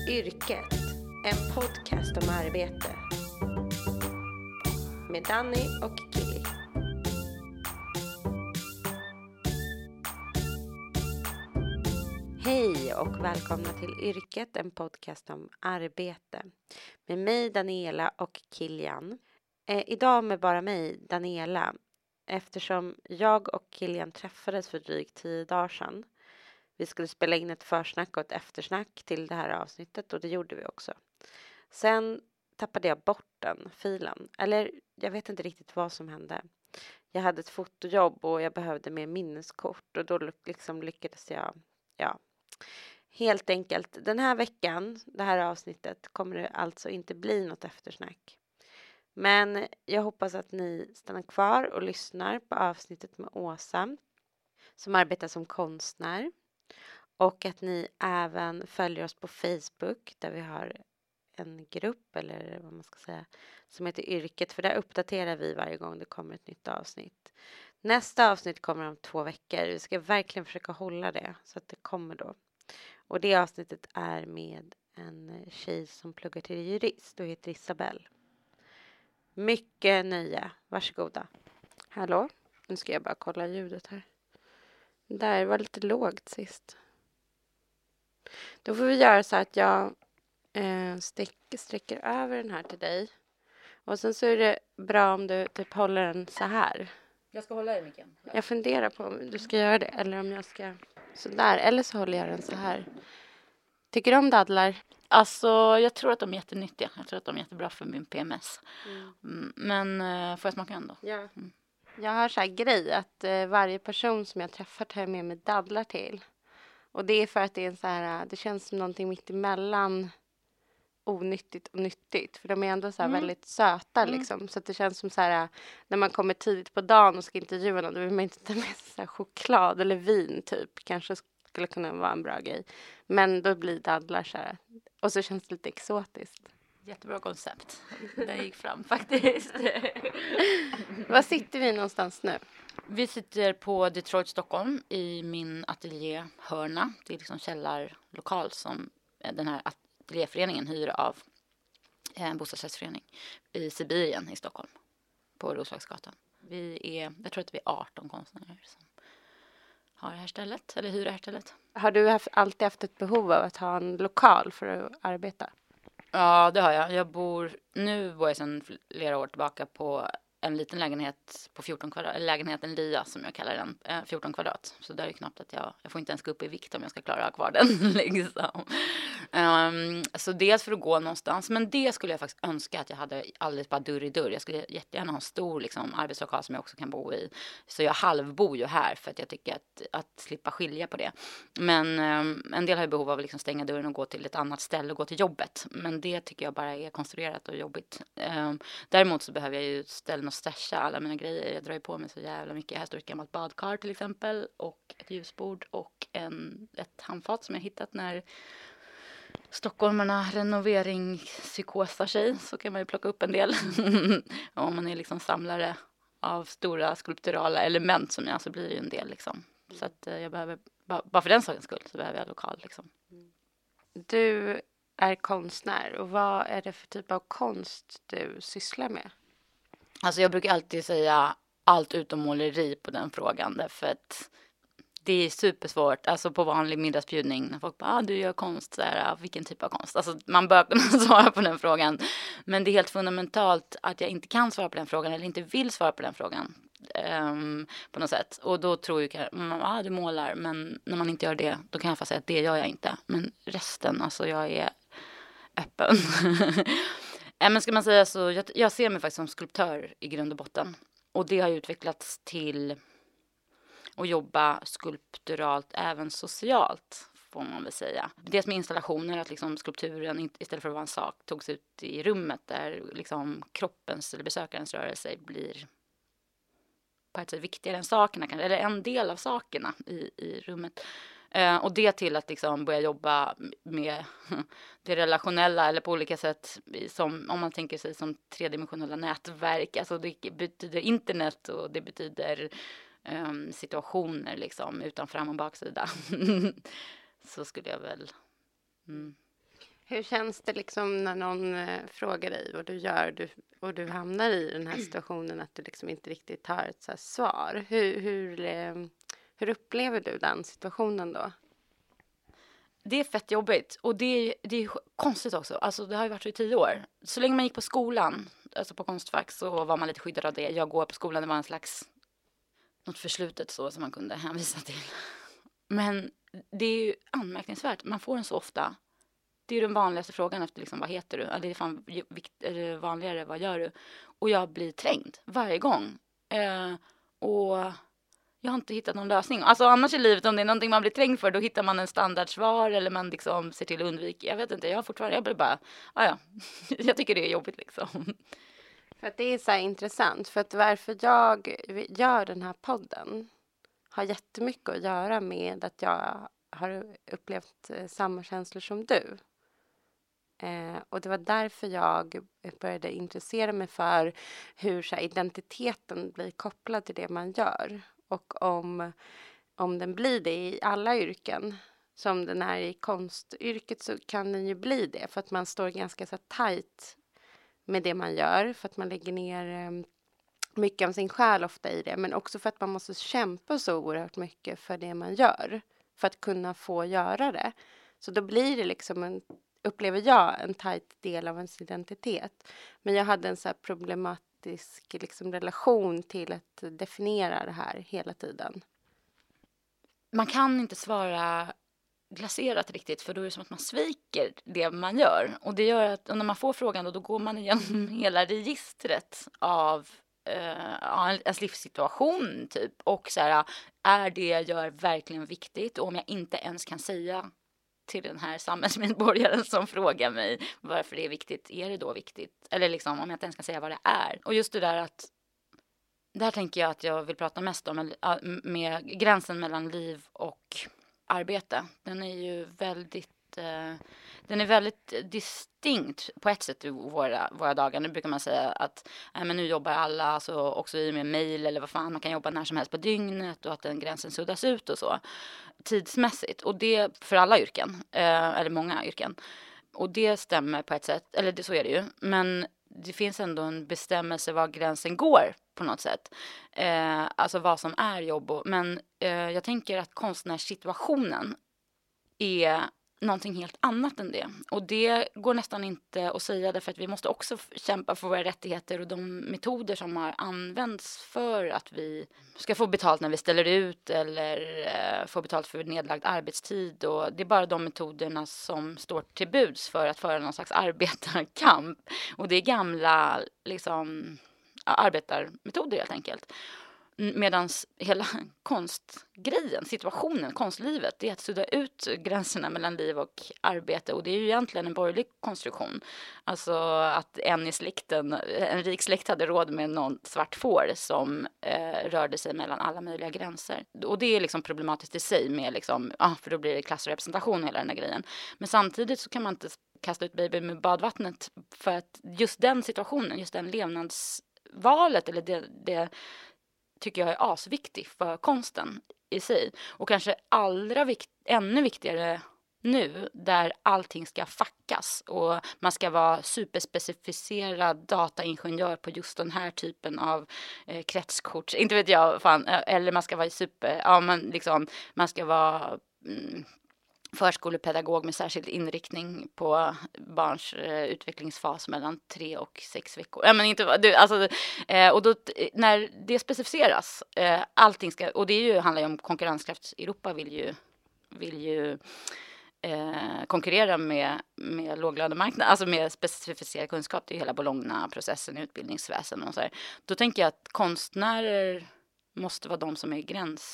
Yrket, en podcast om arbete. Med Danny och Kili. Hej och välkomna till Yrket, en podcast om arbete. Med mig Daniela och Kilian. Idag med bara mig, Daniela. Eftersom jag och Kilian träffades för drygt 10 dagar sedan. Vi skulle spela in ett försnack och ett eftersnack till det här avsnittet och det gjorde vi också. Sen tappade jag bort den filen. Eller jag vet inte riktigt vad som hände. Jag hade ett fotojobb och jag behövde mer minneskort och då liksom lyckades jag, helt enkelt. Den här veckan, det här avsnittet, kommer det alltså inte bli något eftersnack. Men jag hoppas att ni stannar kvar och lyssnar på avsnittet med Åsa som arbetar som konstnär. Och att ni även följer oss på Facebook där vi har en grupp eller vad man ska säga som heter Yrket. För där uppdaterar vi varje gång det kommer ett nytt avsnitt. Nästa avsnitt kommer om 2 veckor. Vi ska verkligen försöka hålla det så att det kommer då. Och det avsnittet är med en tjej som pluggar till jurist och heter Isabelle. Mycket nöje. Varsågoda. Hallå? Nu ska jag bara kolla ljudet här. Där var lite lågt sist. Då får vi göra så att jag sträcker över den här till dig. Och sen så är det bra om du typ håller den så här. Jag ska hålla i micken. Jag funderar på om du ska göra det eller om jag ska så där. Eller så håller jag den så här. Tycker du om dadlar? Alltså, jag tror att de är jättenyttiga. Jag tror att de är jättebra för min PMS. Men får jag smaka ändå? Ja. Jag har så här grej att varje person som jag träffar tar med mig dadlar till. Och det är för att det är en så här, det känns som någonting mitt emellan onyttigt och nyttigt. För de är ändå så här väldigt söta liksom. Så att det känns som så här, när man kommer tidigt på dagen och ska intervjua någon, då vill man inte ta med sig så här choklad eller vin typ. Kanske skulle kunna vara en bra grej. Men då blir dadlar så här. Och så känns det lite exotiskt. Jättebra koncept. Den gick fram faktiskt. Var sitter vi någonstans nu? Vi sitter på Detroit, Stockholm i min ateljéhörna. Det är liksom källarlokal som den här ateljéföreningen hyr av en bostadsrättsförening i Sibirien i Stockholm. På Roslagsgatan. Jag tror att vi är 18 konstnärer som har det här stället, eller hyr det här stället. Har du alltid haft ett behov av att ha en lokal för att arbeta? Ja, det har jag. Nu bor jag sedan flera år tillbaka på en liten lägenhet på 14 kvadrat. Eller lägenheten Lia som jag kallar den. 14 kvadrat. Så där är knappt att jag får inte ens gå upp i vikt om jag ska klara att ha kvar den. Liksom. Så dels för att gå någonstans. Men det skulle jag faktiskt önska att jag hade alldeles bara dörr i dörr. Jag skulle jättegärna ha en stor liksom, arbetslokal som jag också kan bo i. Så jag halvbor ju här för att jag tycker att slippa skilja på det. Men en del har ju behov av att liksom stänga dörren och gå till ett annat ställe och gå till jobbet. Men det tycker jag bara är konstruerat och jobbigt. Däremot så behöver jag ju ställen och stasha alla mina grejer. Jag drar ju på mig så jävla mycket. Här står ett gammalt badkar till exempel. Och ett ljusbord och ett handfat som jag hittat när stockholmarna renoveringspsykosar sig. Så kan man ju plocka upp en del. Om man är liksom samlare av stora skulpturala element som jag så blir det ju en del liksom. Så att jag behöver, bara för den sakens skull så behöver jag lokal liksom. Du är konstnär och vad är det för typ av konst du sysslar med? Alltså jag brukar alltid säga allt utom måleri på den frågan. Därför att det är supersvårt. Alltså på vanlig middagsbjudning när folk bara, du gör konst. Så här, vilken typ av konst? Alltså man bör kunna svara på den frågan. Men det är helt fundamentalt att jag inte kan svara på den frågan. Eller inte vill svara på den frågan. På något sätt. Och då tror jag, du målar. Men när man inte gör det, då kan jag fast säga att det gör jag inte. Men resten, alltså jag är öppen. Men ska man säga så, jag ser mig faktiskt som skulptör i grund och botten. Och det har utvecklats till att jobba skulpturalt även socialt, får man väl säga. Dels med installationer, att liksom skulpturen istället för att vara en sak togs ut i rummet där liksom kroppens eller besökarens rörelse blir på ett sätt viktigare än sakerna, eller en del av sakerna i rummet. Och det till att liksom börja jobba med det relationella eller på olika sätt som, om man tänker sig som tredimensionella nätverk. Alltså det betyder internet och det betyder situationer liksom utan fram- och baksida. Så skulle jag väl... Hur känns det liksom när någon frågar dig vad du gör och du hamnar i den här situationen att du liksom inte riktigt har ett så här svar? Hur upplever du den situationen då? Det är fett jobbigt och det är konstigt också. Alltså det har ju varit så i 10 år. Så länge man gick på skolan, alltså på Konstfack, så var man lite skyddad av det. Jag går på skolan, det var en slags något förslutet så som man kunde hänvisa till. Men det är ju anmärkningsvärt. Man får den så ofta. Det är ju den vanligaste frågan efter liksom, vad heter du? Ja, det är fan vanligare, vad gör du? Och jag blir trängd varje gång. Och jag har inte hittat någon lösning. Alltså annars i livet, om det är någonting man blir trängd för, då hittar man en standardsvar eller man liksom ser till att undvika. Jag vet inte, jag blir bara, ja. Jag tycker det är jobbigt liksom. För att det är så här intressant, för att varför jag gör den här podden har jättemycket att göra med att jag har upplevt samma känslor som du. Och det var därför jag började intressera mig för hur så här, identiteten blir kopplad till det man gör. Och om den blir det i alla yrken, som den är i konstyrket, så kan den ju bli det. För att man står ganska så tajt med det man gör. För att man lägger ner mycket av sin själ ofta i det. Men också för att man måste kämpa så oerhört mycket för det man gör. För att kunna få göra det. Så då blir det liksom upplever jag en tajt del av ens identitet. Men jag hade en så här problematisk liksom relation till att definiera det här hela tiden. Man kan inte svara glaserat riktigt, för då är det som att man sviker det man gör. Och det gör att när man får frågan då går man igenom hela registret av ens livssituation typ. Och så här, är det jag gör verkligen viktigt? Och om jag inte ens kan säga till den här samhällsmedborgaren som frågar mig varför det är viktigt, är det då viktigt? Eller liksom om jag inte ens kan säga vad det är. Och just det där att, där tänker jag att jag vill prata mest om med gränsen mellan liv och arbete. Den är ju väldigt distinkt på ett sätt i våra dagar. Nu brukar man säga att men nu jobbar alla, alltså också i med mejl eller vad fan, man kan jobba när som helst på dygnet och att den gränsen suddas ut och så tidsmässigt. Och det för alla yrken, eller många yrken. Och det stämmer på ett sätt, eller så är det ju. Men det finns ändå en bestämmelse var gränsen går på något sätt. Alltså vad som är jobb. Men jag tänker att konstnärssituationen är någonting helt annat än det. Och det går nästan inte att säga, därför att vi måste också kämpa för våra rättigheter och de metoder som har använts för att vi ska få betalt när vi ställer ut eller få betalt för nedlagd arbetstid. Och det är bara de metoderna som står till buds för att föra någon slags arbetarkamp. Och det är gamla liksom, arbetarmetoder helt enkelt. Medan hela konstgrejen, situationen, konstlivet, det är att sudda ut gränserna mellan liv och arbete. Och det är ju egentligen en borgerlig konstruktion. Alltså att en rik släkt hade råd med någon svart får som rörde sig mellan alla möjliga gränser. Och det är liksom problematiskt i sig med liksom, för då blir det klassrepresentation hela den här grejen. Men samtidigt så kan man inte kasta ut baby med badvattnet, för att just den situationen, just den levnadsvalet eller det tycker jag är asviktig för konsten i sig. Och kanske ännu viktigare nu, där allting ska fackas och man ska vara superspecificerad dataingenjör på just den här typen av kretskort. Inte vet jag, eller man ska vara man ska vara förskolepedagog med särskild inriktning på barns utvecklingsfas mellan 3 och 6 veckor. Ja, men inte, och då, när det specificeras, allting ska, och det är ju, handlar ju om konkurrenskraft. Europa vill ju konkurrera med låglönemarknaden, alltså med specificerad kunskap. Det är ju hela Bologna-processen i utbildningsväsen och så här. Då tänker jag att konstnärer måste vara de som är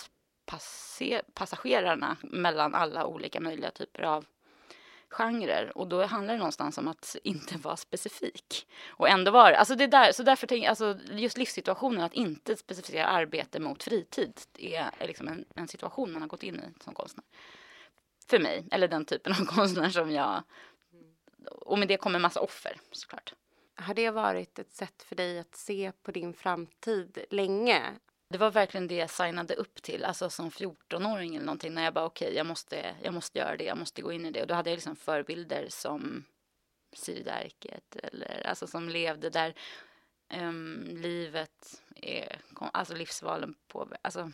passagerarna mellan alla olika möjliga typer av genrer. Och då handlar det någonstans om att inte vara specifik. Och ändå vara, alltså det där, så därför tänker jag, alltså just livssituationen, att inte specificera arbete mot fritid är liksom en situation man har gått in i som konstnär. För mig, eller den typen av konstnär som jag, och med det kommer en massa offer såklart. Har det varit ett sätt för dig att se på din framtid länge? det var verkligen det jag signade upp till, alltså som 14-åring eller någonting, när jag bara okej, jag måste göra det, jag måste gå in i det. Och då hade jag liksom förebilder som Siri Derket, eller alltså som levde där livet är, alltså livsvalen på, alltså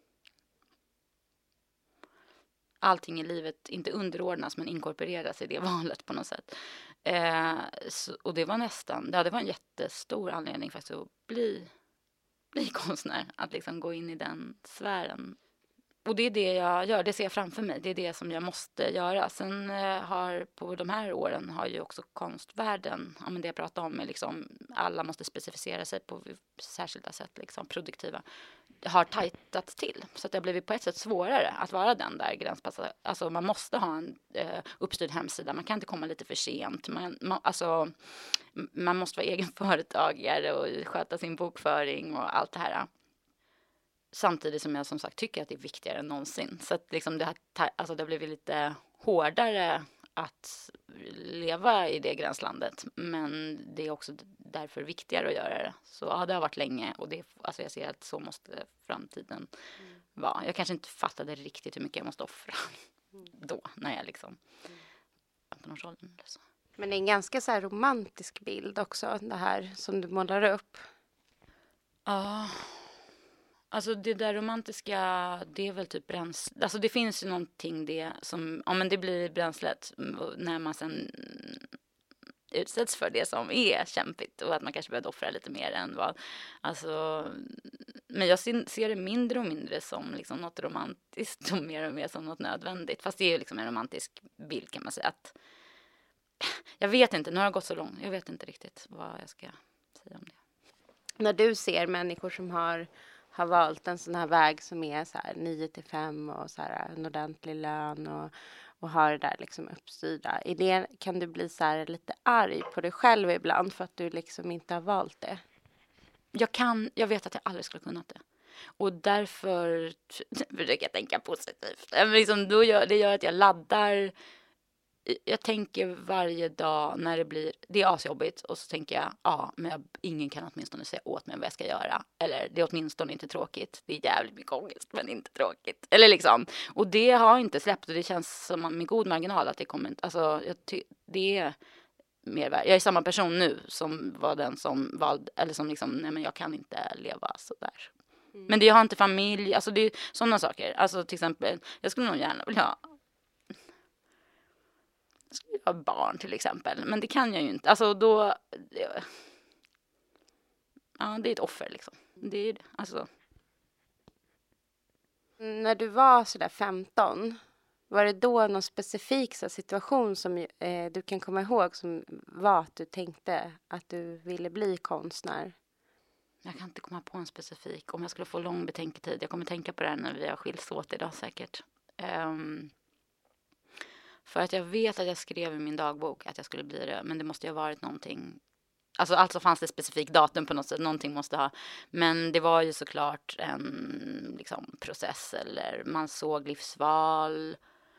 allting i livet inte underordnas men inkorporeras i det valet på något sätt. Och det var det var en jättestor anledning faktiskt att bli konstnär, att liksom gå in i den sfären. Och det är det jag gör, det ser jag framför mig, det är det som jag måste göra. Sen på de här åren har ju också konstvärlden, ja men det jag pratade om är liksom, alla måste specificera sig på särskilda sätt, liksom produktiva, har tajtats till. Så att det har blivit på ett sätt svårare att vara den där gränspassa. Alltså man måste ha en uppstyrd hemsida, man kan inte komma lite för sent. Man måste vara egen företagare och sköta sin bokföring och allt det här. Samtidigt som jag som sagt tycker att det är viktigare än någonsin. Så att liksom det har blivit lite hårdare att leva i det gränslandet. Men det är också därför viktigare att göra det. Så ja, det har varit länge och jag ser att så måste framtiden vara. Jag kanske inte fattade riktigt hur mycket jag måste offra då när jag liksom 15-årsåldern eller så. Men det är en ganska så här romantisk bild också, det här som du målar upp. Ja. Alltså det där romantiska, det är väl typ bränsle. Alltså det finns ju någonting det som, ja men det blir bränslet när man sen utsätts för det som är kämpigt. Och att man kanske behöver offra lite mer än vad, alltså. Men jag ser det mindre och mindre som liksom något romantiskt och mer som något nödvändigt. Fast det är ju liksom en romantisk bild kan man säga. Att, jag vet inte, nu har det gått så långt. Jag vet inte riktigt vad jag ska säga om det. När du ser människor som har valt en sån här väg som är så här 9-5 och så här en ordentlig lön och har det där liksom uppstyrda. Kan du bli så här lite arg på dig själv ibland för att du liksom inte har valt det? Jag vet att jag aldrig skulle kunnat det. Och därför försöker jag tänka positivt. Men liksom det gör att jag laddar. Jag tänker varje dag när det är asjobbigt och så tänker jag, men ingen kan åtminstone säga åt mig vad jag ska göra. Eller det är åtminstone inte tråkigt. Det är jävligt mycket ångest men inte tråkigt. Eller liksom, och det har inte släppt och det känns som med god marginal att det kommer inte, alltså det är mer värd. Jag är samma person nu som var den som valde, eller som liksom, nej men jag kan inte leva så där. Men jag har inte familj, alltså det är sådana saker. Alltså till exempel, jag skulle nog gärna vilja ha barn till exempel. Men det kan jag ju inte. Alltså då, ja det är ett offer liksom. Det är det, alltså. När du var så där 15, var det då någon specifik situation som du kan komma ihåg som var att du tänkte att du ville bli konstnär? Jag kan inte komma på en specifik. Om jag skulle få lång betänketid. Jag kommer tänka på det här när vi har skiljs åt idag säkert. För att jag vet att jag skrev i min dagbok att jag skulle bli det. Men det måste ju ha varit någonting. Alltså fanns det ett specifikt datum på något sätt. Någonting måste ha. Men det var ju såklart en liksom, process. Eller man såg livsval.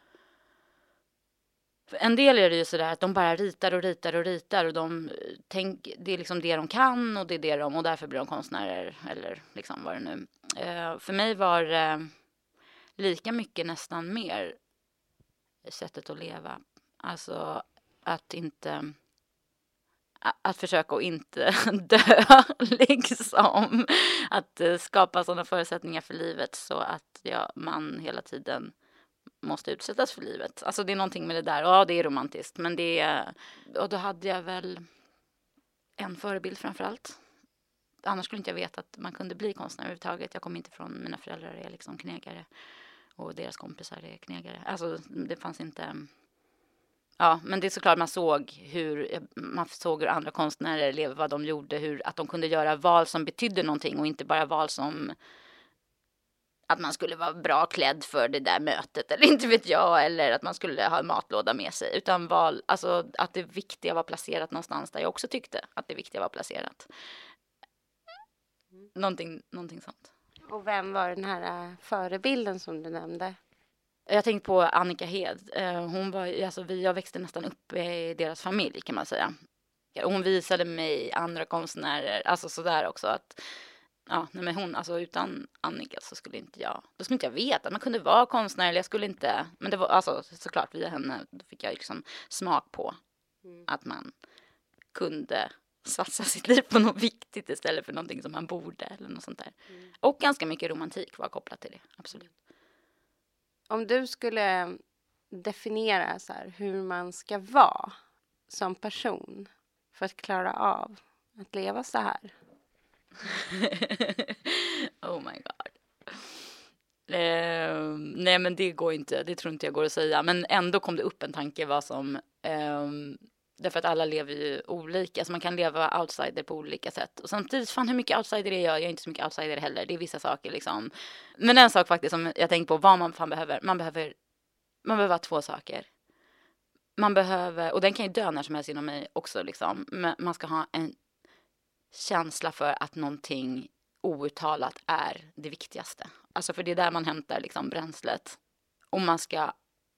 För en del är det ju sådär att de bara ritar och ritar och ritar. Och det är liksom det de kan. Och det är det och därför blir de konstnärer. Eller liksom vad det nu. För mig var det lika mycket nästan mer sättet att leva. Alltså att försöka att inte dö liksom. Att skapa sådana förutsättningar för livet så att man hela tiden måste utsättas för livet. Alltså det är någonting med det där. Ja, det är romantiskt. Men och då hade jag väl en förebild framförallt. Annars skulle inte jag veta att man kunde bli konstnär överhuvudtaget. Jag kom inte från mina föräldrar är liksom knegare. Och deras kompisar är knegare. Alltså det fanns inte. Ja, men det är såklart man såg hur andra konstnärer levde, vad de gjorde, att de kunde göra val som betydde någonting och inte bara val som att man skulle vara bra klädd för det där mötet eller inte vet jag, eller att man skulle ha en matlåda med sig, utan val, alltså att det viktiga var placerat någonstans där jag också tyckte att det viktiga var placerat. Någonting sånt. Och vem var den här förebilden som du nämnde? Jag tänkte på Annika Hed. Hon var, jag växte nästan upp i deras familj kan man säga. Hon visade mig andra konstnärer, alltså sådär också att ja, nej men hon, alltså utan Annika så skulle inte jag veta att man kunde vara konstnär, eller jag skulle inte, men det var alltså såklart via henne, då fick jag liksom smak på att man kunde satsa sitt liv på något viktigt istället för någonting som man borde eller något sånt där. Och ganska mycket romantik var kopplat till det, absolut. Om du skulle definiera så här, hur man ska vara som person för att klara av att leva så här. Oh my god. Nej men det går inte, det tror inte jag går att säga. Men ändå kom det upp en tanke vad som, därför att alla lever ju olika. Så man kan leva outsider på olika sätt. Och samtidigt, fan hur mycket outsider är jag? Jag är inte så mycket outsider heller. Det är vissa saker liksom. Men en sak faktiskt som jag tänker på, vad man fan behöver. Man behöver ha 2 saker. Man behöver, och den kan ju dö när som helst inom mig också liksom. Men man ska ha en känsla för att någonting outtalat är det viktigaste. Alltså för det är där man hämtar liksom bränslet. Och man ska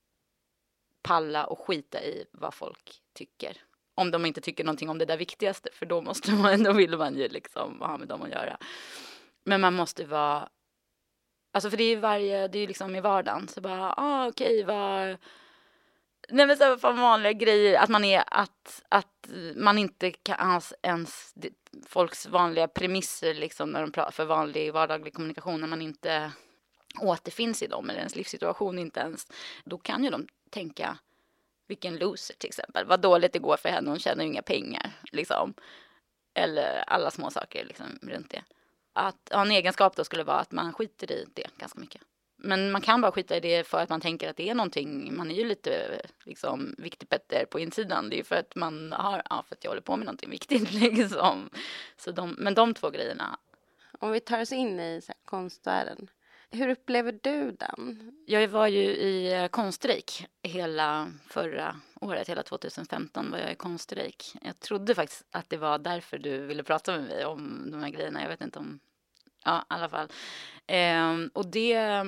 palla och skita i vad folk tycker. Om de inte tycker någonting om det där viktigaste. För då vill man ju liksom ha med dem att göra. Men man måste vara, alltså för det är ju liksom i vardagen. Så bara, okej, vad... Nej men så för vanliga grejer, att man inte kan ens folks vanliga premisser liksom när de pratar för vanlig vardaglig kommunikation, när man inte återfinns i dem eller ens livssituation inte ens, då kan ju de tänka vilken loser till exempel, vad dåligt det går för henne, hon tjänar ju inga pengar liksom, eller alla små saker liksom runt det. Att ha en egenskap då skulle vara att man skiter i det ganska mycket. Men man kan bara skita i det för att man tänker att det är någonting. Man är ju lite liksom viktig Petter på insidan. Det är ju för att man för att jag håller på med någonting viktigt liksom. Men de 2 grejerna. Om vi tar oss in i så här, konstvärlden. Hur upplever du den? Jag var ju i konstrik hela förra året. Hela 2015 var jag i konstrik. Jag trodde faktiskt att det var därför du ville prata med mig om de här grejerna. Jag vet inte om... Ja, i alla fall. Och det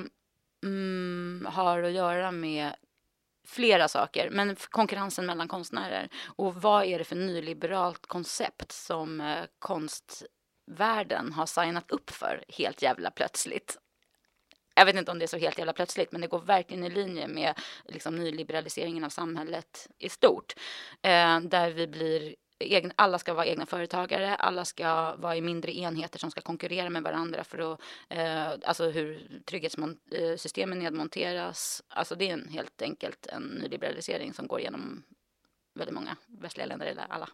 har att göra med flera saker. Men konkurrensen mellan konstnärer. Och vad är det för nyliberalt koncept som konstvärlden har signat upp för helt jävla plötsligt? Jag vet inte om det är så helt jävla plötsligt, men det går verkligen i linje med liksom, nyliberaliseringen av samhället i stort. Där vi blir... alla ska vara egna företagare, alla ska vara i mindre enheter som ska konkurrera med varandra för att, alltså hur trygghetssystemen nedmonteras. Alltså det är helt enkelt en nyliberalisering som går igenom väldigt många västliga länder, eller alla.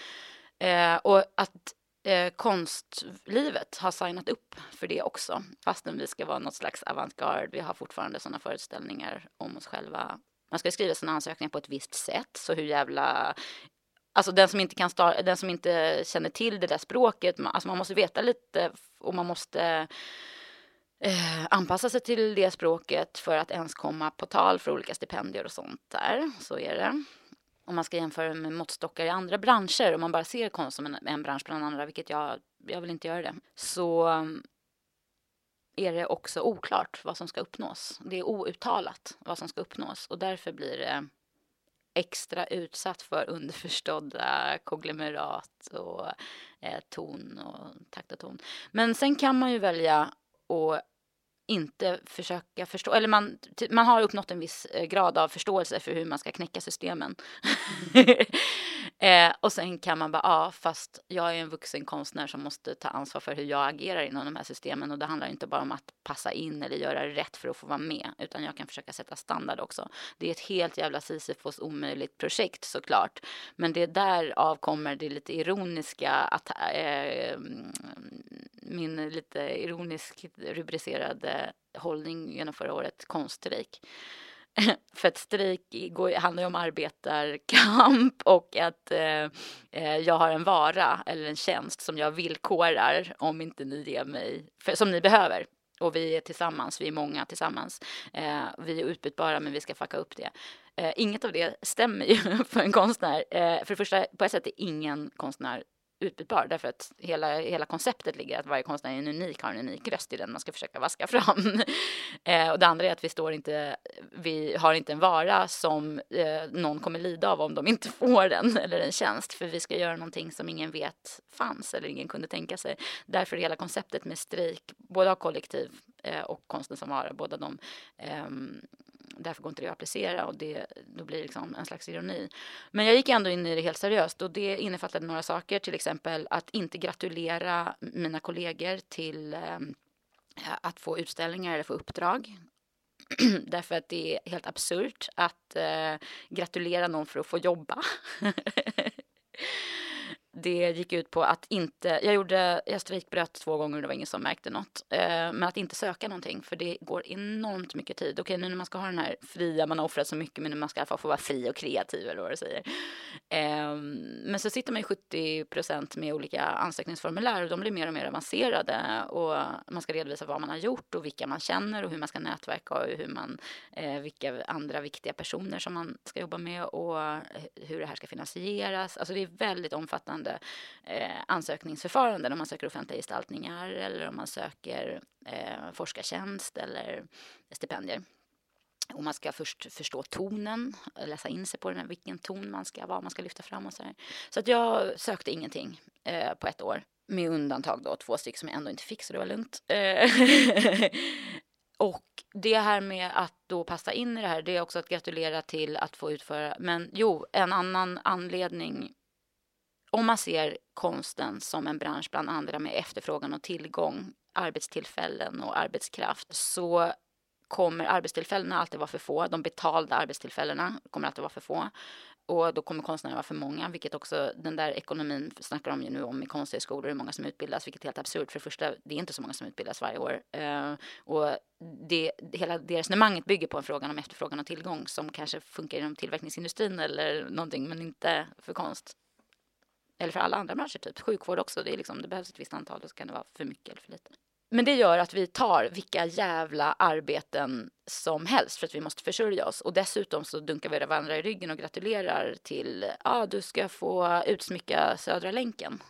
Och att konstlivet har signat upp för det också, fastän vi ska vara något slags avantgarde. Vi har fortfarande sådana föreställningar om oss själva. Man ska skriva sina ansökningar på ett visst sätt, så hur jävla... Alltså den som inte känner till det där språket, alltså man måste veta lite och man måste anpassa sig till det språket för att ens komma på tal för olika stipendier och sånt där. Så är det. Om man ska jämföra med måttstockar i andra branscher, om man bara ser konst som en bransch bland andra, vilket jag vill inte göra det, så är det också oklart vad som ska uppnås. Det är outtalat vad som ska uppnås och därför blir det extra utsatt för underförstådda konglomerat och ton och takt och ton. Men sen kan man ju välja att inte försöka förstå, eller man har uppnått en viss grad av förståelse för hur man ska knäcka systemen. Och sen kan man bara, fast jag är en vuxen konstnär som måste ta ansvar för hur jag agerar inom de här systemen, och det handlar inte bara om att passa in eller göra rätt för att få vara med, utan jag kan försöka sätta standard också. Det är ett helt jävla Sisyfos omöjligt projekt såklart, men det därav kommer det lite ironiska att min lite ironiskt rubricerade hållning genom förra året, konststrejk. För att strejk handlar ju om arbetarkamp och att jag har en vara eller en tjänst som jag villkorar om inte ni ger mig, som ni behöver. Och vi är tillsammans, vi är många tillsammans. Vi är utbytbara, men vi ska fucka upp det. Inget av det stämmer ju för en konstnär. För det första, på ett sätt är ingen konstnär utbytbar, därför att hela konceptet ligger att varje konstnär är har en unik röst, i den man ska försöka vaska fram. Och det andra är att vi har inte en vara som någon kommer lida av om de inte får den eller en tjänst, för vi ska göra någonting som ingen vet fanns eller ingen kunde tänka sig. Därför är hela konceptet med strejk, både av kollektiv och konsten som vara, båda de därför går inte det att applicera, och då blir det liksom en slags ironi. Men jag gick ändå in i det helt seriöst, och det innefattade några saker, till exempel att inte gratulera mina kollegor till att få utställningar eller få uppdrag. Därför att det är helt absurt att gratulera någon för att få jobba. Det gick ut på att inte, jag strejkbröt 2 gånger och det var ingen som märkte något. Men att inte söka någonting, för det går enormt mycket tid. Okej, nu när man ska ha den här fria, man har offrat så mycket, men nu man ska få vara fri och kreativ eller vad det säger. Men så sitter man i 70% med olika ansökningsformulär, och de blir mer och mer avancerade, och man ska redovisa vad man har gjort och vilka man känner och hur man ska nätverka och vilka andra viktiga personer som man ska jobba med och hur det här ska finansieras. Alltså det är väldigt omfattande ansökningsförfaranden om man söker offentliga gestaltningar eller om man söker forskartjänst eller stipendier. Och man ska först förstå tonen, läsa in sig på vilken ton vad man ska lyfta fram och så här. Så att jag sökte ingenting på 1 år. Med undantag då 2 stycken som jag ändå inte fick, så det var lugnt. Och det här med att då passa in i det här, det är också att gratulera till att få utföra. Men en annan anledning, om man ser konsten som en bransch bland andra med efterfrågan och tillgång, arbetstillfällen och arbetskraft, så kommer arbetstillfällena alltid vara för få. De betalda arbetstillfällena kommer alltid vara för få. Och då kommer konstnärer vara för många, vilket också den där ekonomin snackar de ju nu om i konsthögskolor, hur många som utbildas, vilket är helt absurt. För det första, det är inte så många som utbildas varje år. Och hela det resonemanget bygger på en fråga om efterfrågan och tillgång som kanske funkar inom tillverkningsindustrin eller någonting, men inte för konst. Eller för alla andra branscher, typ sjukvård också. Det behövs ett visst antal, så kan det vara för mycket eller för lite. Men det gör att vi tar vilka jävla arbeten som helst för att vi måste försörja oss. Och dessutom så dunkar vi varandra i ryggen och gratulerar till du ska få utsmycka Södra länken.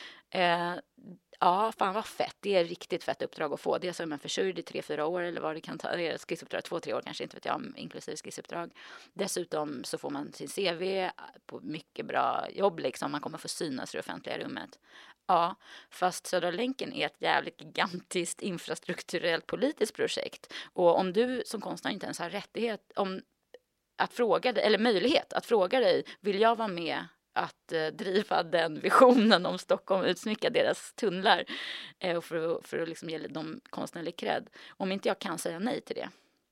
Fan vad fett. Det är riktigt fett uppdrag att få. Det är så man försörjd i 3-4 år eller vad det kan ta. Det är skissuppdrag 2-3 år kanske, inte vet jag, inklusive skissuppdrag. Dessutom så får man sin CV på mycket bra jobb liksom. Man kommer få synas i det offentliga rummet. Ja, fast Södra länken är ett jävligt gigantiskt infrastrukturellt politiskt projekt. Och om du som konstnär inte ens har rättighet att fråga dig, eller möjlighet att fråga dig, vill jag vara med att driva den visionen om Stockholm, utsmycka deras tunnlar för att liksom ge dem konstnärlig cred. Om inte jag kan säga nej till det,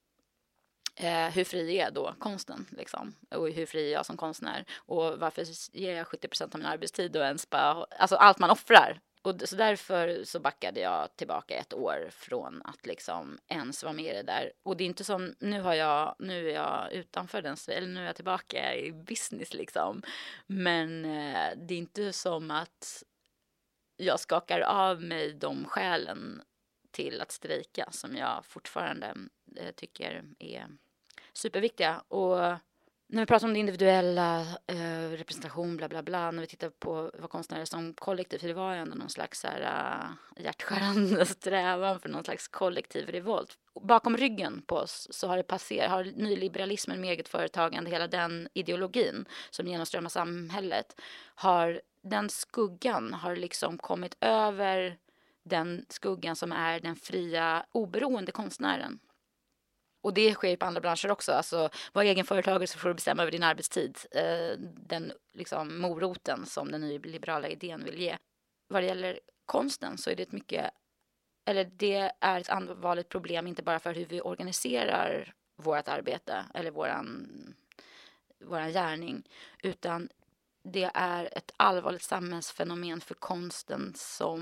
hur fri är då konsten liksom? Och hur fri är jag som konstnär? Och varför ger jag 70% av min arbetstid och ens bara, alltså allt man offrar? Och så därför så backade jag tillbaka 1 år från att liksom ens vara med i det där. Och det är inte som, nu är jag utanför den, eller nu är jag tillbaka i business liksom. Men det är inte som att jag skakar av mig de skälen till att strejka som jag fortfarande tycker är superviktiga. Och när vi pratar om det individuella, representation, bla bla bla, när vi tittar på vad konstnärer som kollektiv, för det var ju ändå någon slags hjärtskärande strävan för någon slags kollektiv revolt. Bakom ryggen på oss så har nyliberalismen med eget företagande, hela den ideologin som genomströmmar samhället, den skuggan har liksom kommit över den skuggan som är den fria, oberoende konstnären. Och det sker på andra branscher också. Alltså, var egen företagare så får du bestämma över din arbetstid. Den liksom moroten som den nyliberala idén vill ge. Vad det gäller konsten så är det är ett allvarligt problem, inte bara för hur vi organiserar vårt arbete eller våran gärning, utan det är ett allvarligt samhällsfenomen för konsten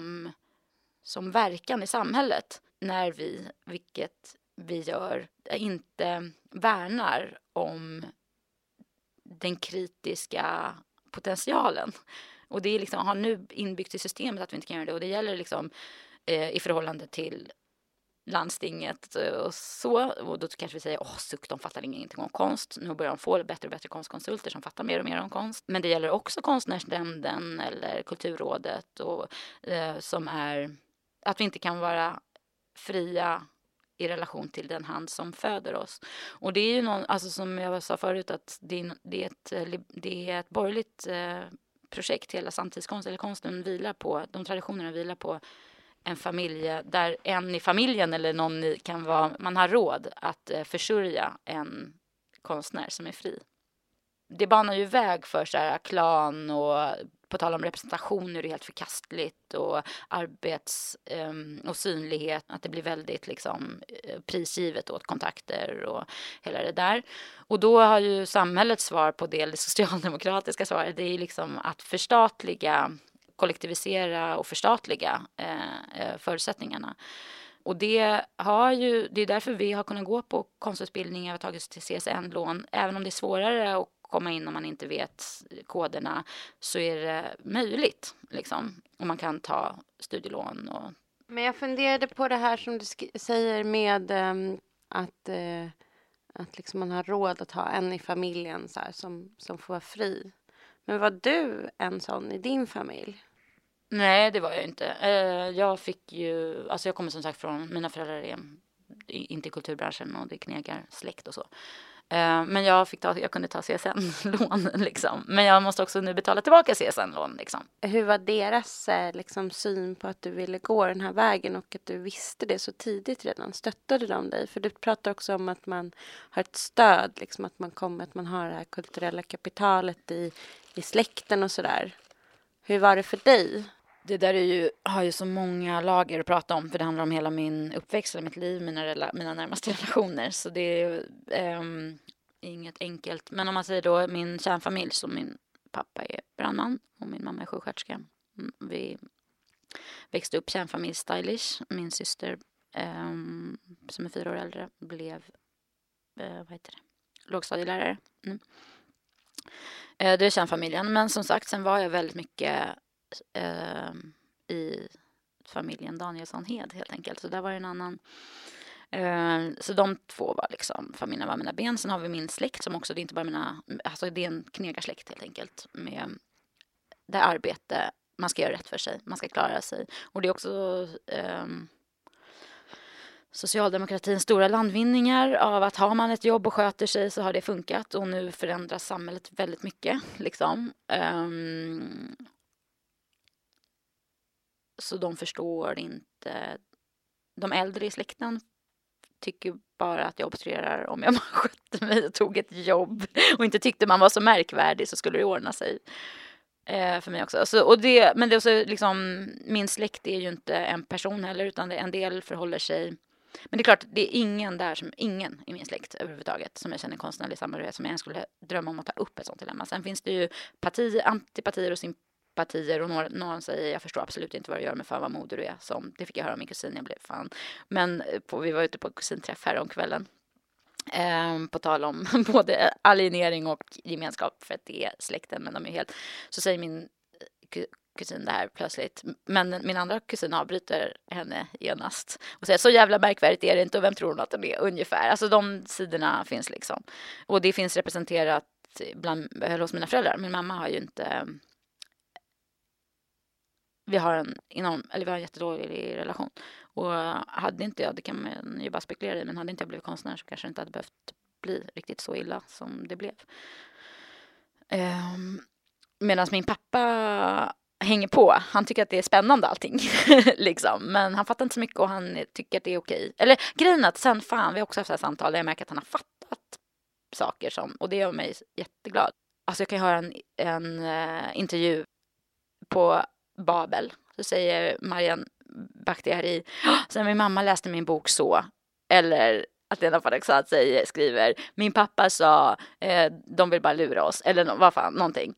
som verkan i samhället, när vi, vilket vi gör, inte värnar om den kritiska potentialen. Och det är liksom, har nu inbyggt i systemet att vi inte kan göra det. Och det gäller liksom i förhållande till landstinget och så. Och då kanske vi säger, suck, de fattar ingenting om konst. Nu börjar de få bättre och bättre konstkonsulter som fattar mer och mer om konst. Men det gäller också Konstnärsnämnden eller Kulturrådet och som är att vi inte kan vara fria i relation till den hand som föder oss. Och det är ju alltså som jag sa förut, att det är ett borgerligt projekt, hela samtidskonst eller konsten vilar på, de traditionerna vilar på en familj där en i familjen eller någon kan vara, man har råd att försörja en konstnär som är fri. Det banar ju väg för så här klan och på tal om representation är det helt förkastligt och arbets och synlighet, att det blir väldigt liksom prisgivet åt kontakter och hela det där. Och då har ju samhällets svar på det socialdemokratiska svaret, det är liksom att förstatliga, kollektivisera och förstatliga förutsättningarna. Och det är därför vi har kunnat gå på konstutbildningar och tagit till CSN-lån, även om det är svårare att komma in om man inte vet koderna, så är det möjligt liksom. Och man kan ta studielån. Men jag funderade på det här som du säger med att liksom man har råd att ha en i familjen så här, som får vara fri. Men var du en sån i din familj? Nej, det var jag inte. Jag kommer som sagt från, mina föräldrar är inte i kulturbranschen och det är knegar släkt och så. Men jag kunde ta CSN-lån liksom. Men jag måste också nu betala tillbaka CSN-lån liksom. Hur var deras liksom, syn på att du ville gå den här vägen och att du visste det så tidigt redan? Stöttade de dig? För du pratar också om att man har ett stöd, liksom, att man har det här kulturella kapitalet i släkten och sådär. Hur var det för dig? Det där har ju så många lager att prata om, för det handlar om hela min uppväxt, mitt liv, mina närmaste relationer. Så det är inget enkelt. Men om man säger då min kärnfamilj, så min pappa är brandman och min mamma är sjuksköterska. Vi växte upp kärnfamilj stylish. Min syster som är 4 år äldre blev lågstadielärare. Det är kärnfamiljen. Men som sagt, sen var jag väldigt mycket i familjen Danielsson Hed helt enkelt. Så där var det en annan. Så de två var liksom familjen var mina ben. Sen har vi min släkt som också, det är inte bara det är en knegarsläkt helt enkelt. Med det arbete, man ska göra rätt för sig, man ska klara sig. Och det är också socialdemokratins stora landvinningar av att har man ett jobb och sköter sig så har det funkat. Och nu förändras samhället väldigt mycket liksom. Så de förstår inte. De äldre i släkten tycker bara att jag obstruerar om jag bara skötte mig och tog ett jobb. Och inte tyckte man var så märkvärdig så skulle det ordna sig. För mig också. Men det är också liksom, min släkt är ju inte en person heller, utan en del förhåller sig. Men det är klart, det är ingen i min släkt överhuvudtaget som jag känner konstnärlig samhörighet som jag ens skulle drömma om att ta upp ett sånt dilemma. Sen finns det ju antipatier och sympatier och någon säger jag förstår absolut inte vad det gör med fan vad moder du är. Det fick jag höra av min kusin, jag blev fan. Men vi var ute på kusinträff här om kvällen. På tal om både alienering och gemenskap, för att det är släkten, men de är helt. Så säger min kusin det här plötsligt, men min andra kusin avbryter henne genast och säger så jävla märkvärdigt är det inte, och vem tror hon att det är ungefär. Alltså de sidorna finns liksom, och det finns representerat hos mina föräldrar. Min mamma har ju inte, vi har en jättedålig relation, och hade inte jag, det kan man ju bara spekulera i, men hade inte jag blivit konstnär så kanske det inte hade behövt bli riktigt så illa som det blev. Medan min pappa hänger på. Han tycker att det är spännande allting. liksom. Men han fattar inte så mycket och han tycker att det är okej. Eller grejen att sen vi har också haft ett samtal där jag märker att han har fattat saker och det gör mig jätteglad. Alltså jag kan höra en intervju på Babel. Så säger Marianne Bakhtiari, sen min mamma läste min bok så. Eller att Lena Faraxat skriver, min pappa sa de vill bara lura oss. Eller vad fan, någonting.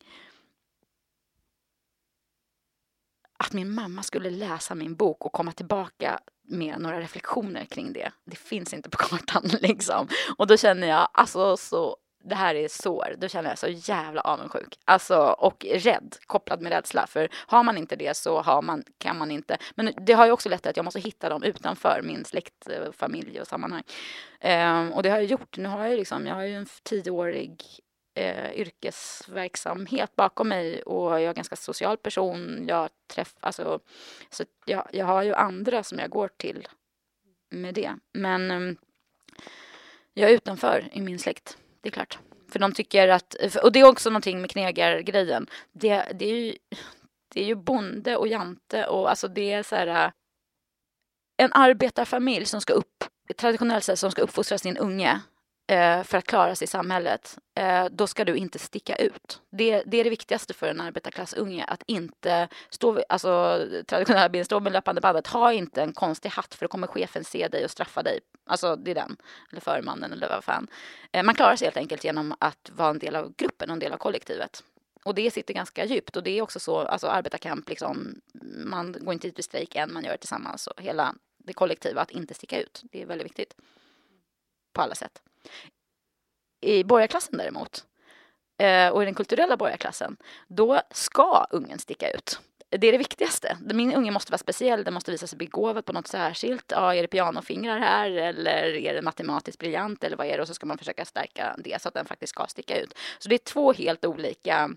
Att min mamma skulle läsa min bok och komma tillbaka med några reflektioner kring det. Det finns inte på kartan liksom. Och då känner jag alltså så det här är sår, då känner jag så jävla avundsjuk. Alltså, och rädd, kopplad med rädsla. För har man inte det så kan man inte. Men det har ju också lett till att jag måste hitta dem utanför min släkt, familj och sammanhang. Och det har jag gjort. Nu har jag har ju en 10-årig yrkesverksamhet bakom mig och jag är en ganska social person. Så jag har ju andra som jag går till med det. Men jag är utanför i min släkt, det är klart. För de tycker att, och det är också någonting med knegargrejen. Det är ju bonde och jante och alltså det är så här en arbetarfamilj som ska traditionellt sett som ska uppfostra sin unge för att klara sig i samhället. Då ska du inte sticka ut. Det är det viktigaste för en arbetarklassunge, att inte traditionella bilden, stå med löpande bandet, ha inte en konstig hatt för då kommer chefen se dig och straffa dig. Alltså det är den, eller förmannen eller vad fan. Man klarar sig helt enkelt genom att vara en del av gruppen och en del av kollektivet. Och det sitter ganska djupt och det är också så, alltså arbetarkamp liksom, man går inte ut i strejk än, man gör det tillsammans och hela det kollektiva, att inte sticka ut. Det är väldigt viktigt på alla sätt. I borgarklassen däremot, och i den kulturella borgarklassen, då ska ungen sticka ut. Det är det viktigaste. Min unge måste vara speciell, den måste visa sig begåvad på något särskilt. Ja, är det pianofingrar här eller är det matematiskt briljant eller vad är det? Och så ska man försöka stärka det så att den faktiskt ska sticka ut. Så det är 2 helt olika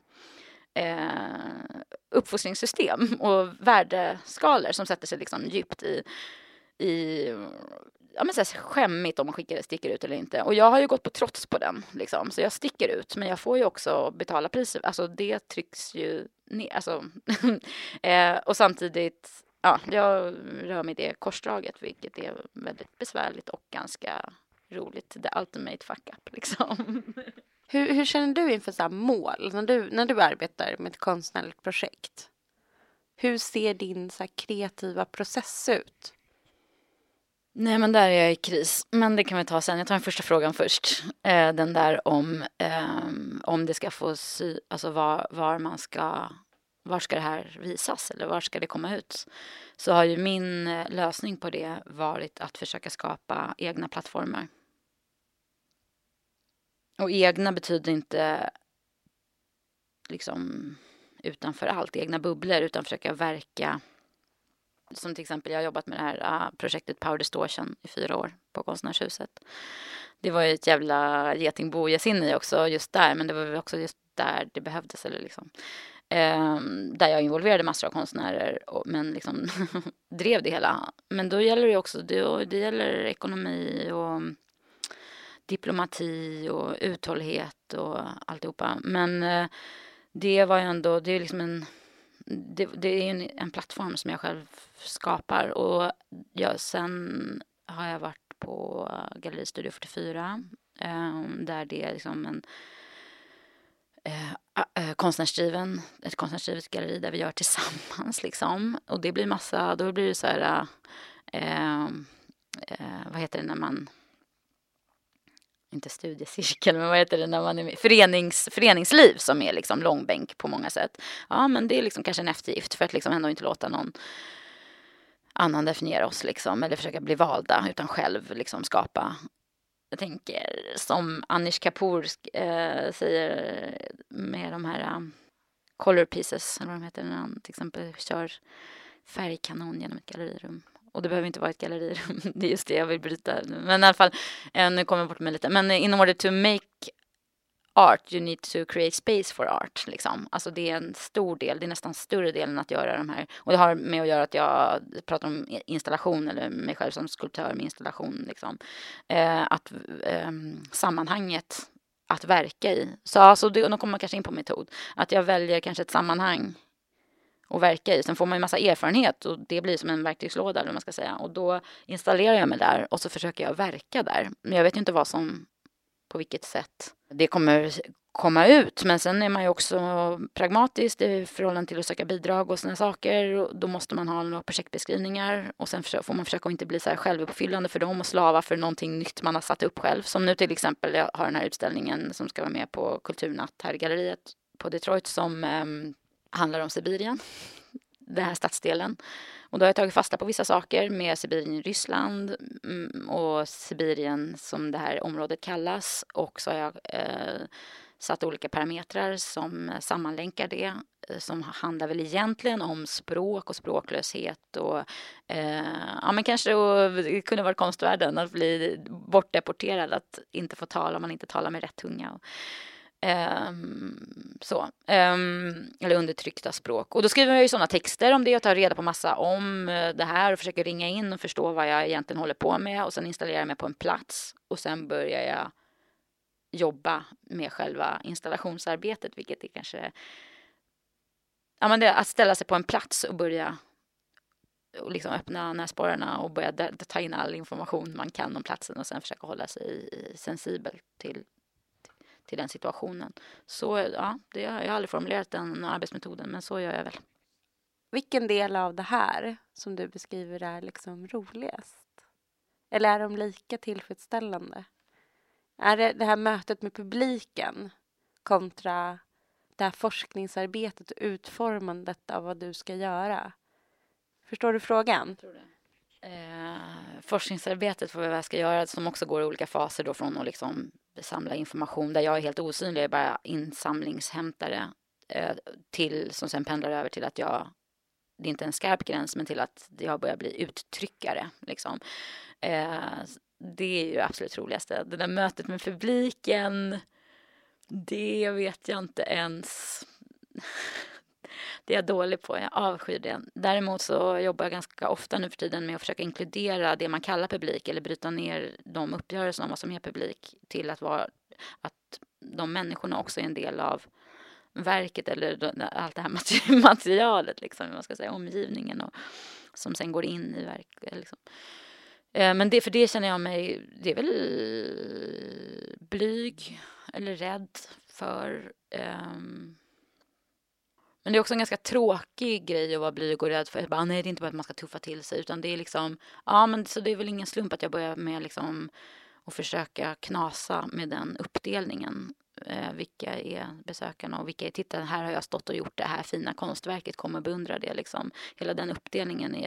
uppfostringssystem och värdeskalor som sätter sig liksom djupt i ja, men så här, skämmigt om man sticker ut eller inte. Och jag har ju gått på trots på den liksom. Så jag sticker ut, men jag får ju också betala priset. Alltså det trycks ju ner. Alltså, och samtidigt, ja, jag rör mig i det korsdraget, vilket är väldigt besvärligt och ganska roligt. The ultimate fuck up liksom. Hur känner du inför så här mål när du arbetar med ett konstnärligt projekt? Hur ser din så här kreativa process ut? Nej, men där är jag i kris. Men det kan vi ta sen. Jag tar den första frågan först. Den där om det ska få alltså var ska det här visas eller var ska det komma ut? Så har ju min lösning på det varit att försöka skapa egna plattformar. Och egna betyder inte liksom utanför allt, egna bubblor, utan försöka verka. Som till exempel, jag har jobbat med det här projektet Power Distortion i 4 år på Konstnärshuset. Det var ju ett jävla getingbo jag in i också just där, men det var väl också just där det behövdes. Eller liksom. Där jag involverade massor av konstnärer, men liksom drev det hela. Men då gäller det också, det gäller ekonomi och diplomati och uthållighet och alltihopa. Men det var ju ändå, det är liksom det är en plattform som jag själv skapar. Och sen har jag varit på Galleri Studio 44 där det är liksom ett konstnärsdrivet galleri där vi gör tillsammans liksom. Och det blir då blir det så här vad heter det när man inte studiecirkel, men vad heter det när man är med? Föreningsliv som är liksom långbänk på många sätt. Ja, men det är liksom kanske en eftergift för att liksom ändå inte låta någon annan definiera oss liksom, eller försöka bli valda, utan själv liksom skapa. Jag tänker som Anish Kapoor säger med de här color pieces, eller vad de heter, när han till exempel kör färgkanon genom ett gallerirum. Och det behöver inte vara ett gallerirum. Det är just det jag vill bryta. Men i alla fall, nu kommer jag bort med lite. Men in order to make art, you need to create space for art. Liksom. Alltså det är en stor del, det är nästan större delen att göra de här. Och det har med att göra att jag pratar om installation, eller mig själv som skulptör med installation. Liksom. Sammanhanget att verka i. Så alltså, då kommer man kanske in på metod. Att jag väljer kanske ett sammanhang och verka i. Sen får man ju massa erfarenhet och det blir som en verktygslåda eller vad man ska säga. Och då installerar jag mig där och så försöker jag verka där. Men jag vet ju inte på vilket sätt det kommer komma ut. Men sen är man ju också pragmatisk i förhållande till att söka bidrag och såna saker. Och då måste man ha några projektbeskrivningar och sen får man försöka att inte bli så här självuppfyllande för dem och slava för någonting nytt man har satt upp själv. Som nu till exempel, jag har den här utställningen som ska vara med på Kulturnatt här i galleriet på Detroit som handlar om Sibirien. den här stadsdelen. Och då har jag tagit fasta på vissa saker med Sibirien i Ryssland och Sibirien som det här området kallas. Och så har jag satt olika parametrar som sammanlänkar det. Som handlar väl egentligen om språk och språklöshet och men kanske det kunde vara konstvärlden att bli bortdeporterad, att inte få tala om man inte talar med rätt tunga. Eller undertryckta språk. Och då skriver jag ju sådana texter om det och tar reda på massa om det här och försöker ringa in och förstå vad jag egentligen håller på med och sen installerar jag mig på en plats och sen börjar jag jobba med själva installationsarbetet, vilket är kanske det är att ställa sig på en plats och börja och liksom öppna näsborrarna och börja ta in all information man kan om platsen och sen försöka hålla sig sensibel till den situationen. Så jag har aldrig formulerat den arbetsmetoden, men så gör jag väl. Vilken del av det här som du beskriver är liksom roligast? Eller är de lika tillfredsställande? Är det här mötet med publiken kontra det här forskningsarbetet och utformandet av vad du ska göra? Förstår du frågan? Jag tror det. Forskningsarbetet för vad jag ska göra som också går i olika faser då från att liksom samla information där jag är helt osynlig, jag är bara insamlingshämtare till som sen pendlar över till att det är inte en skarp gräns men till att jag börjar bli uttryckare liksom. Det är ju absolut roligaste. Det där mötet med publiken, det vet jag inte ens. Det är jag dålig på, jag avskyr det. Däremot så jobbar jag ganska ofta nu för tiden med att försöka inkludera det man kallar publik eller bryta ner de uppgörelserna om vad som är publik till att de människorna också är en del av verket eller allt det här materialet, liksom, man ska säga, omgivningen och som sen går in i verket. Liksom. Men för det känner jag mig, det är väl blyg eller rädd för. Men det är också en ganska tråkig grej att vara blyg och rädd för. Nej, det är inte bara att man ska tuffa till sig utan det är liksom, men så det är väl ingen slump att jag börjar med liksom att försöka knasa med den uppdelningen. Vilka är besökarna och vilka är tittarna? Här har jag stått och gjort det här fina konstverket, kommer att beundra det liksom. Hela den uppdelningen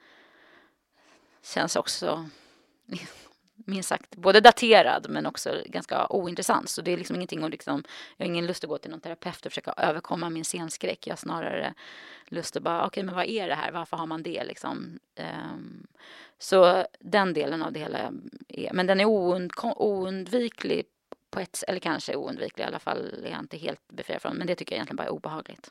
känns också minst sagt både daterad men också ganska ointressant. Så det är liksom ingenting jag har ingen lust att gå till någon terapeut och försöka överkomma min scenskräck. Jag har snarare lust att bara, okej, men vad är det här? Varför har man det liksom? Så den delen av det hela men den är oundviklig på eller kanske oundviklig i alla fall, är jag inte helt befriad från, men det tycker jag egentligen bara är obehagligt.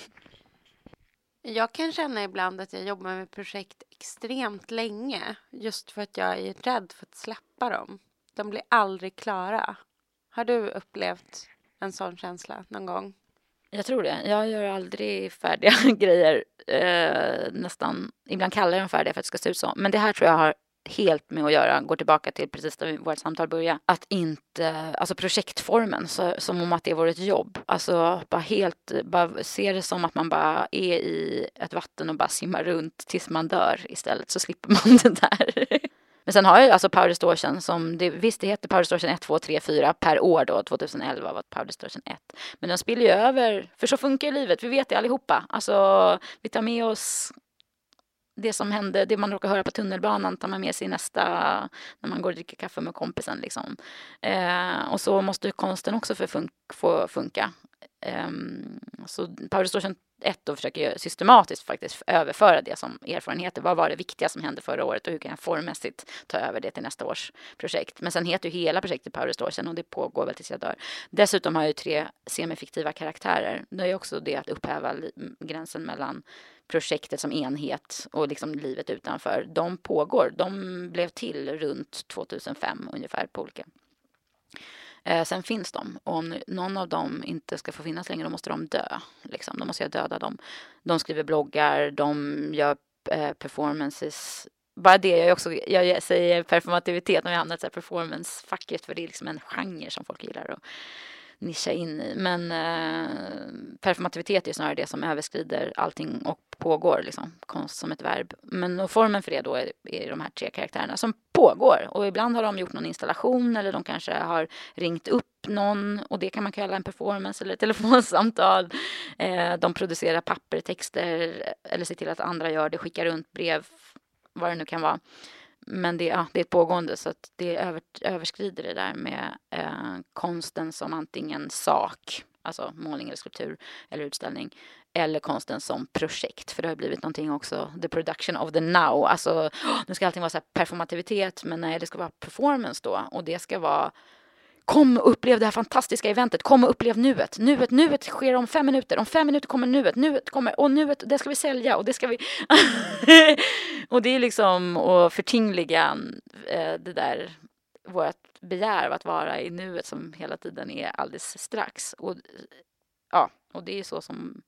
Jag kan känna ibland att jag jobbar med projekt extremt länge just för att jag är rädd för att släppa dem. De blir aldrig klara. Har du upplevt en sån känsla någon gång? Jag tror det. Jag gör aldrig färdiga grejer. Nästan. Ibland kallar jag dem färdiga för att det ska se ut så. Men det här tror jag har helt med att göra, går tillbaka till precis där vårt samtal började, att inte, alltså projektformen som om att det vore ett jobb, alltså bara se det som att man bara är i ett vatten och bara simmar runt tills man dör istället, så slipper man det där. Men sen har jag alltså Power Distortion visst det heter Power Distortion 1, 2, 3, 4 per år då, 2011 var Power Distortion 1. Men den spiller ju över, för så funkar livet, vi vet det allihopa. Alltså vi tar med oss det som hände, det man råkar höra på tunnelbanan tar man med sig när man går och dricker kaffe med kompisen liksom. Och så måste konsten också få funka. Så Power Distortion 1 då försöker jag systematiskt faktiskt överföra det som erfarenheter. Vad var det viktiga som hände förra året och hur kan jag formmässigt ta över det till nästa års projekt. Men sen heter ju hela projektet Power Distortion och det pågår väl tills jag dör. Dessutom har jag ju 3 semifiktiva karaktärer. Det är ju också det att upphäva gränsen mellan projektet som enhet och liksom livet utanför. De blev till runt 2005 ungefär på olika. Sen finns de. Och om någon av dem inte ska få finnas längre, då måste de dö. Liksom. Då måste jag döda dem. De skriver bloggar, de gör performances. Bara det, jag säger performativitet när jag hamnar i performance-facket, för det är liksom en genre som folk gillar. Och nischa in i. Men performativitet är snarare det som överskrider allting och pågår, liksom, konst som ett verb. Men och formen för det då är de här 3 karaktärerna som pågår. Och ibland har de gjort någon installation eller de kanske har ringt upp någon, och det kan man kalla en performance eller ett telefonsamtal. De producerar papper, texter eller ser till att andra gör det, skickar runt brev, vad det nu kan vara. Men det är ett pågående, så att det överskrider det där med konsten som antingen sak, alltså målning eller skulptur eller utställning, eller konsten som projekt. För det har blivit någonting också, the production of the now. Alltså, nu ska allting vara så här performativitet, men nej, det ska vara performance då. Och det ska vara, kom och upplev det här fantastiska eventet, kom och upplev nuet. Nuet sker om 5 minuter, om 5 minuter kommer nuet kommer, och nuet, det ska vi sälja, och det ska vi... Och det är liksom att förtingliga det där, vårt begär av att vara i nuet som hela tiden är alldeles strax. Och det är så som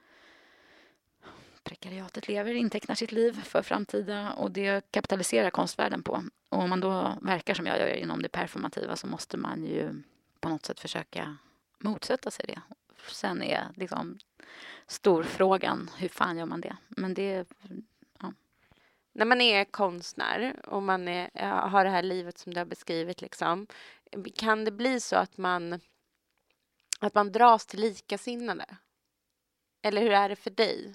prekariatet lever, intecknar sitt liv för framtida, och det kapitaliserar konstvärlden på. Och om man då verkar som jag gör inom det performativa, så måste man ju på något sätt försöka motsätta sig det. Sen är liksom storfrågan, hur fan gör man det? Men det, ja. När man är konstnär och man har det här livet som du har beskrivit, liksom, kan det bli så att man dras till likasinnade? Eller hur är det för dig?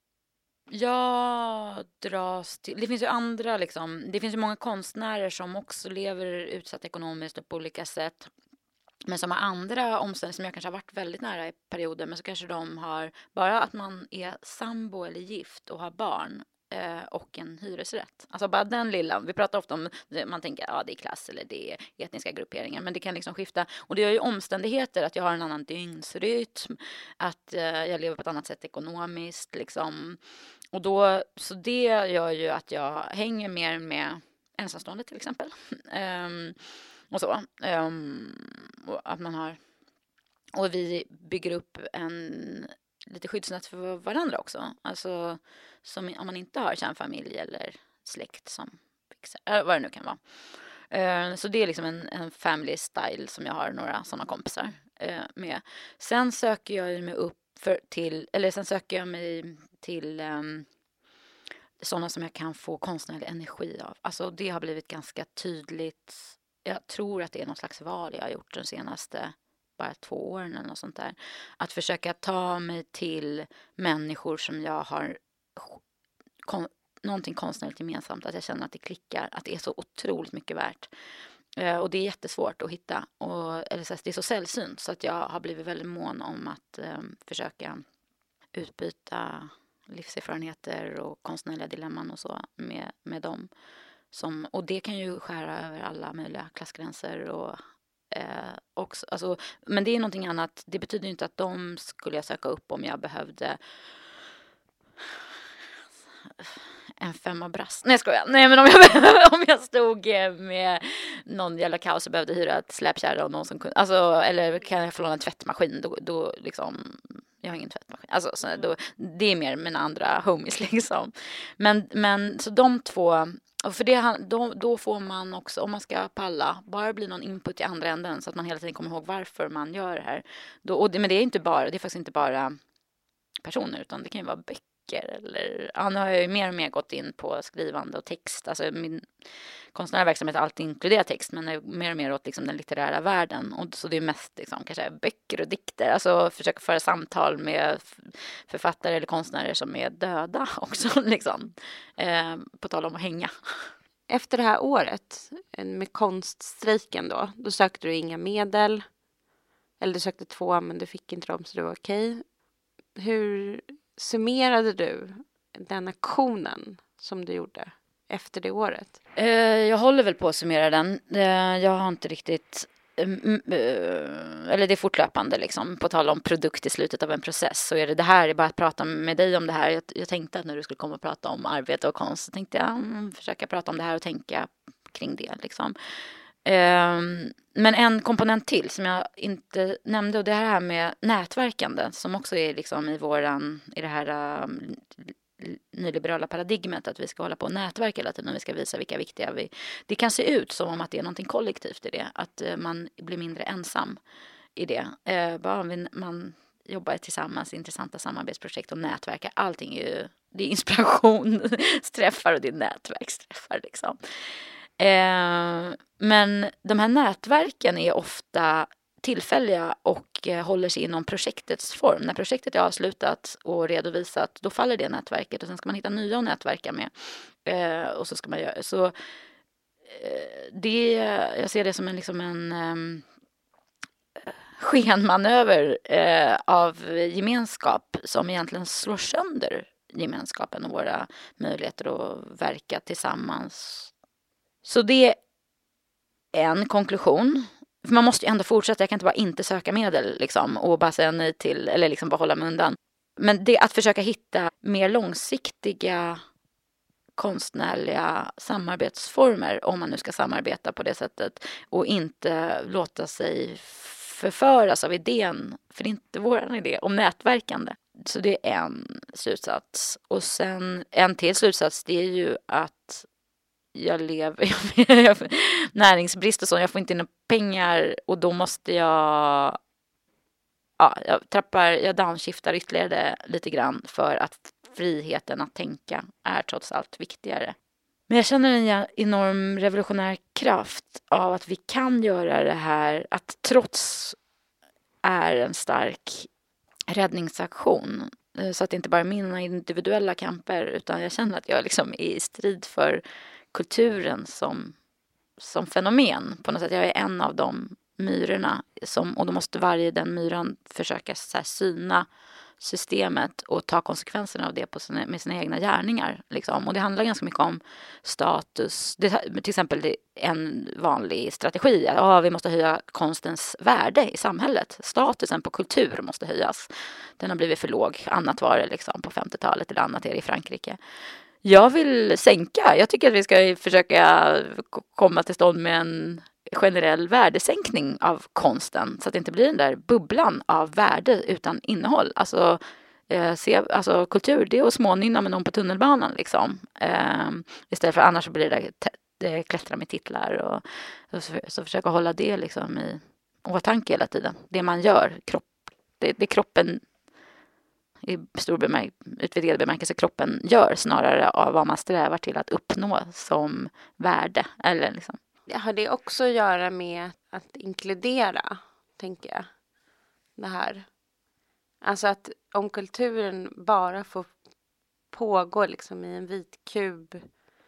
Jag dras till... Det finns ju andra, liksom. Det finns ju många konstnärer som också lever utsatt ekonomiskt och på olika sätt. Men som har andra omständigheter som jag kanske har varit väldigt nära i perioder. Men så kanske de har bara att man är sambo eller gift och har barn och en hyresrätt. Alltså bara den lilla. Vi pratar ofta om, man tänker det är klass eller det är etniska grupperingar. Men det kan liksom skifta. Och det är ju omständigheter, att jag har en annan dygnsrytm. Att jag lever på ett annat sätt ekonomiskt. Liksom. Och då, så det gör ju att jag hänger mer med ensamstående till exempel. Och så. Och att man har... Och vi bygger upp lite skyddsnät för varandra också. Alltså som om man inte har kärnfamilj eller släkt som fixar, vad det nu kan vara. Så det är liksom en family style som jag har några sådana kompisar med. Sen söker jag mig till sådana som jag kan få konstnärlig energi av. Alltså det har blivit ganska tydligt. Jag tror att det är någon slags val jag har gjort de senaste bara 2 åren eller något sånt där. Att försöka ta mig till människor som jag har någonting konstnärligt gemensamt. Att jag känner att det klickar. Att det är så otroligt mycket värt. Och det är jättesvårt att hitta. Det är så sällsynt. Så att jag har blivit väldigt mån om att försöka utbyta livserfarenheter och konstnärliga dilemman och så med dem. Och det kan ju skära över alla möjliga klassgränser och också, alltså, men det är någonting annat. Det betyder inte att de skulle jag söka upp om jag behövde en 5 brass. Nej, jag skojar. Nej, men om jag stod med någon jävla kaos och behövde hyra ett släpkärra och någon som kunde, alltså, eller kan jag få låna en tvättmaskin, då liksom, jag har ingen tvättmaskin. Alltså, så det är mer mina andra homies liksom. Men så de två. Och för det, då får man också, om man ska palla, bara bli någon input i andra änden så att man hela tiden kommer ihåg varför man gör det här. Men det är faktiskt inte bara personer, utan det kan ju vara böcker. Nu har jag ju mer och mer gått in på skrivande och text. Alltså min konstnärliga verksamhet har alltid inkluderat text, men är mer och mer åt liksom den litterära världen. Och så det är mest liksom, kanske böcker och dikter. Alltså försöka föra samtal med författare eller konstnärer som är döda också. Liksom. På tal om att hänga. Efter det här året med konststrejken då sökte du inga medel. Eller du sökte 2, men du fick inte dem, så det var okej. Hur summerade du den aktionen som du gjorde efter det året? Jag håller väl på att summera den. Jag har inte riktigt... eller det är fortlöpande liksom. På tal om produkt i slutet av en process, så är det här, bara att prata med dig om det här. Jag tänkte att när du skulle komma och prata om arbete och konst, så tänkte jag försöka prata om det här och tänka kring det liksom. Men en komponent till som jag inte nämnde, och det här med nätverkande som också är liksom i det här nyliberala paradigmet, att vi ska hålla på och nätverka hela tiden och vi ska visa vilka viktiga det kan se ut som om att det är någonting kollektivt i det, att man blir mindre ensam i det. Man jobbar tillsammans, intressanta samarbetsprojekt och nätverkar. Allting det är inspirationsträffar och det är nätverksträffar liksom. Men de här nätverken är ofta tillfälliga och håller sig inom projektets form. När projektet är avslutat och redovisat, då faller det nätverket och sen ska man hitta nya att nätverka med. Och så ska man göra så. Jag ser det som en skenmanöver av gemenskap som egentligen slår sönder gemenskapen och våra möjligheter att verka tillsammans. Så det är en konklusion. För man måste ju ändå fortsätta. Jag kan inte bara inte söka medel liksom, och bara säga nej till eller liksom bara hålla mig undan. Men det att försöka hitta mer långsiktiga konstnärliga samarbetsformer om man nu ska samarbeta på det sättet och inte låta sig förföras av idén, för det är inte vår idé, om nätverkande. Så det är en slutsats. Och sen en till slutsats, det är ju att jag lever näringsbrist och så, jag får inte in pengar och då måste jag jag downshiftar ytterligare lite grann för att friheten att tänka är trots allt viktigare. Men jag känner en enorm revolutionär kraft av att vi kan göra det här, att trots är en stark räddningsaktion. Så att det inte bara är mina individuella kamper, utan jag känner att jag liksom är i strid för kulturen som fenomen. På något sätt, jag är en av de myrorna och då måste den myran försöka så här, syna systemet och ta konsekvenserna av det med sina egna gärningar. Liksom. Och det handlar ganska mycket om status. Till exempel en vanlig strategi. Vi måste höja konstens värde i samhället. Statusen på kultur måste höjas. Den har blivit för låg. Annat var det liksom, på 50-talet eller annat är det i Frankrike. Jag vill sänka. Jag tycker att vi ska försöka komma till stånd med en generell värdesänkning av konsten så att det inte blir den där bubblan av värde utan innehåll. Alltså kultur, det är att smånynna med någon på tunnelbanan liksom. Istället för annars blir det klättra med titlar och så försöka hålla det liksom i åtanke hela tiden. Det man gör, det kroppen i utvidgad bemärkelse kroppen gör snarare av vad man strävar till att uppnå som värde eller liksom. Har det också att göra med att inkludera, tänker jag, det här? Alltså att om kulturen bara får pågå liksom i en vit kub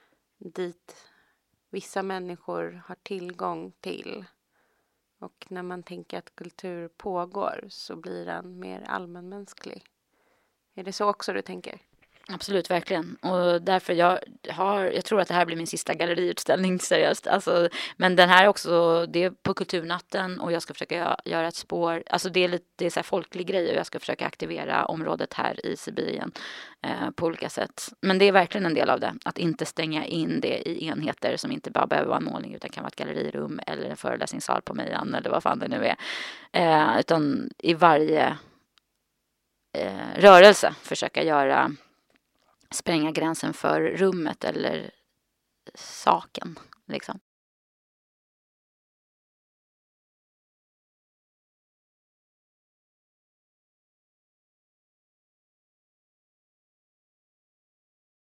dit vissa människor har tillgång till, och när man tänker att kultur pågår så blir den mer allmänmänsklig. Är det så också du tänker? Absolut, verkligen. Och därför jag tror att det här blir min sista galleriutställning, seriöst. Alltså, men den här också, det är på Kulturnatten och jag ska försöka göra ett spår. Alltså det är så här folklig grej och jag ska försöka aktivera området här i Sibirien på olika sätt. Men det är verkligen en del av det. Att inte stänga in det i enheter som inte bara behöver vara en målning utan kan vara ett gallerirum eller en föreläsningssal på Mejan eller vad fan det nu är. Utan i varje rörelse försöka spränga gränsen för rummet eller saken liksom.